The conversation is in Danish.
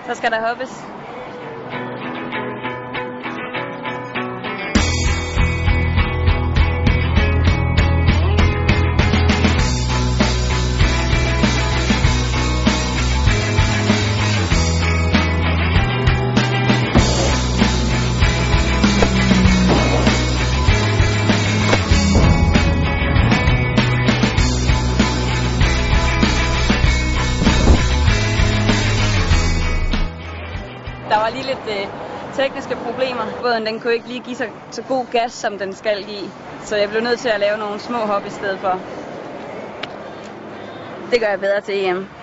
Så skal der hoppes. Der var lige lidt tekniske problemer. Båden den kunne ikke lige give så god gas, som den skal give. Så jeg blev nødt til at lave nogle små hop i stedet for. Det gør jeg bedre til EM.